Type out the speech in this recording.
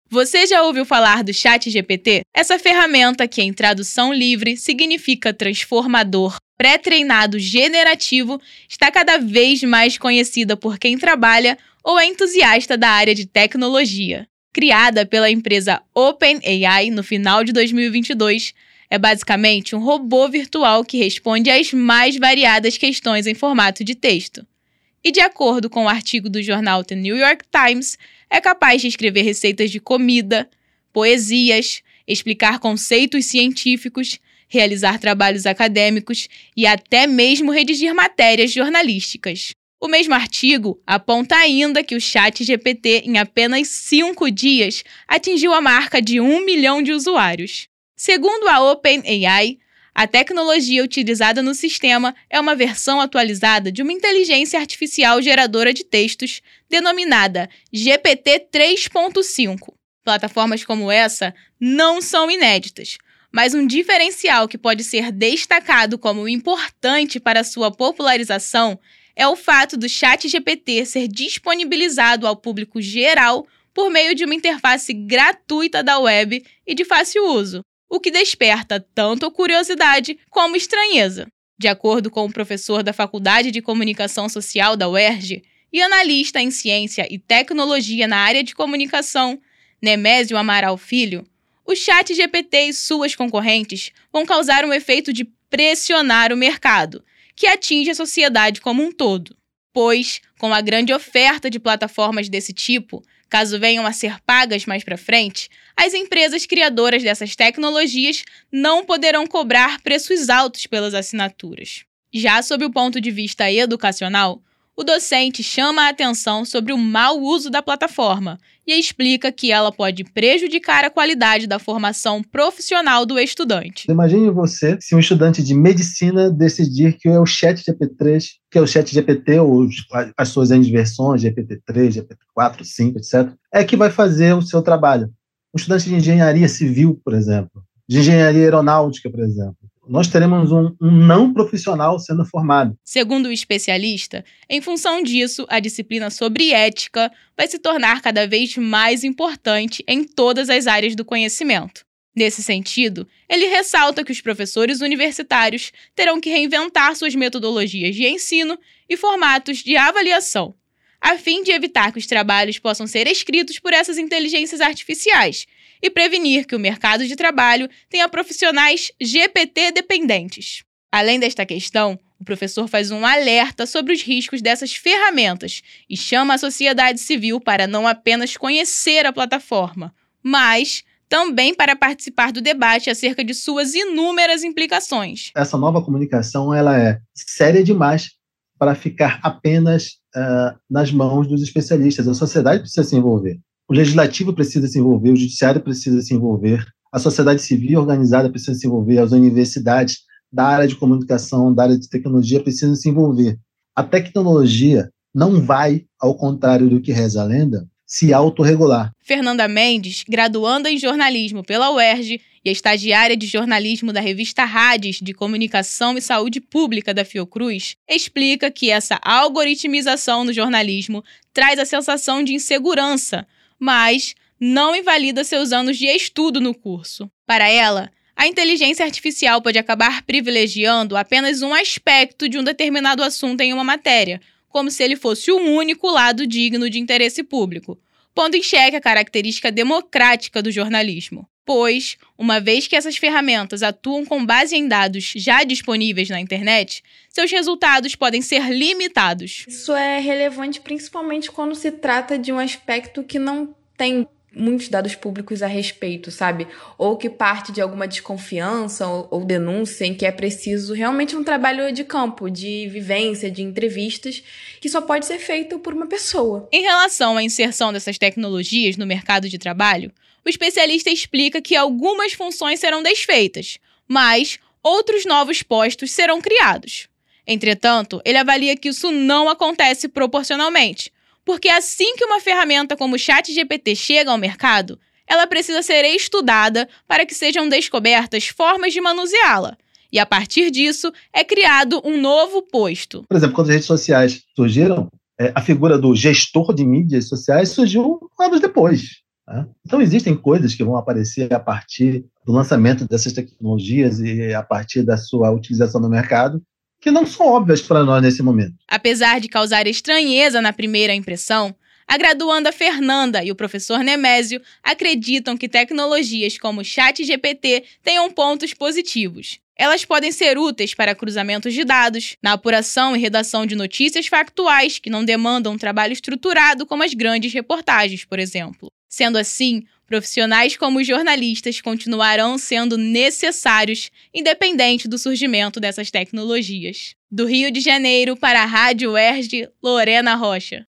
Você já ouviu falar do ChatGPT? Essa ferramenta, que em tradução livre significa transformador pré-treinado generativo, está cada vez mais conhecida por quem trabalha ou é entusiasta da área de tecnologia. Criada pela empresa OpenAI no final de 2022, é basicamente um robô virtual que responde às mais variadas questões em formato de texto. E de acordo com o artigo do jornal The New York Times, é capaz de escrever receitas de comida, poesias, explicar conceitos científicos, realizar trabalhos acadêmicos e até mesmo redigir matérias jornalísticas. O mesmo artigo aponta ainda que o ChatGPT, em apenas 5 dias, atingiu a marca de 1 milhão de usuários. Segundo a OpenAI, a tecnologia utilizada no sistema é uma versão atualizada de uma inteligência artificial geradora de textos, denominada GPT 3.5. Plataformas como essa não são inéditas, mas um diferencial que pode ser destacado como importante para sua popularização é o fato do ChatGPT ser disponibilizado ao público geral por meio de uma interface gratuita da web e de fácil uso, o que desperta tanto curiosidade como estranheza. De acordo com o professor da Faculdade de Comunicação Social da UERJ e analista em ciência e tecnologia na área de comunicação, Nemésio Amaral Filho, o ChatGPT e suas concorrentes vão causar um efeito de pressionar o mercado, que atinge a sociedade como um todo. Pois, com a grande oferta de plataformas desse tipo, caso venham a ser pagas mais para frente, as empresas criadoras dessas tecnologias não poderão cobrar preços altos pelas assinaturas. Já sob o ponto de vista educacional, o docente chama a atenção sobre o mau uso da plataforma e explica que ela pode prejudicar a qualidade da formação profissional do estudante. Imagine você, se um estudante de medicina decidir que é o ChatGPT, que é o ChatGPT ou as suas versões, GPT-3, GPT-4, 5, etc., é que vai fazer o seu trabalho. Um estudante de engenharia civil, por exemplo, de engenharia aeronáutica, por exemplo. Nós teremos um não profissional sendo formado. Segundo o especialista, em função disso, a disciplina sobre ética vai se tornar cada vez mais importante em todas as áreas do conhecimento. Nesse sentido, ele ressalta que os professores universitários terão que reinventar suas metodologias de ensino e formatos de avaliação, a fim de evitar que os trabalhos possam ser escritos por essas inteligências artificiais e prevenir que o mercado de trabalho tenha profissionais GPT-dependentes. Além desta questão, o professor faz um alerta sobre os riscos dessas ferramentas e chama a sociedade civil para não apenas conhecer a plataforma, mas também para participar do debate acerca de suas inúmeras implicações. Essa nova comunicação ela é séria demais para ficar apenas nas mãos dos especialistas. A sociedade precisa se envolver. O legislativo precisa se envolver, o judiciário precisa se envolver, a sociedade civil organizada precisa se envolver, as universidades da área de comunicação, da área de tecnologia precisam se envolver. A tecnologia não vai, ao contrário do que reza a lenda, se autorregular. Fernanda Mendes, graduanda em jornalismo pela UERJ e estagiária de jornalismo da revista Hades de Comunicação e Saúde Pública da Fiocruz, explica que essa algoritmização no jornalismo traz a sensação de insegurança, mas não invalida seus anos de estudo no curso. Para ela, a inteligência artificial pode acabar privilegiando apenas um aspecto de um determinado assunto em uma matéria, como se ele fosse o único lado digno de interesse público, pondo em xeque a característica democrática do jornalismo. Pois, uma vez que essas ferramentas atuam com base em dados já disponíveis na internet, seus resultados podem ser limitados. Isso é relevante principalmente quando se trata de um aspecto que não tem muitos dados públicos a respeito, sabe? Ou que parte de alguma desconfiança ou denúncia em que é preciso realmente um trabalho de campo, de vivência, de entrevistas, que só pode ser feito por uma pessoa. Em relação à inserção dessas tecnologias no mercado de trabalho, o especialista explica que algumas funções serão desfeitas, mas outros novos postos serão criados. Entretanto, ele avalia que isso não acontece proporcionalmente, porque assim que uma ferramenta como o ChatGPT chega ao mercado, ela precisa ser estudada para que sejam descobertas formas de manuseá-la. E a partir disso, é criado um novo posto. Por exemplo, quando as redes sociais surgiram, a figura do gestor de mídias sociais surgiu anos depois. Tá? Então, existem coisas que vão aparecer a partir do lançamento dessas tecnologias e a partir da sua utilização no mercado, que não são óbvias para nós nesse momento. Apesar de causar estranheza na primeira impressão, a graduanda Fernanda e o professor Nemésio acreditam que tecnologias como o ChatGPT tenham pontos positivos. Elas podem ser úteis para cruzamentos de dados, na apuração e redação de notícias factuais que não demandam um trabalho estruturado como as grandes reportagens, por exemplo. Sendo assim, profissionais como os jornalistas continuarão sendo necessários, independente do surgimento dessas tecnologias. Do Rio de Janeiro para a Rádio UERJ, Lorena Rocha.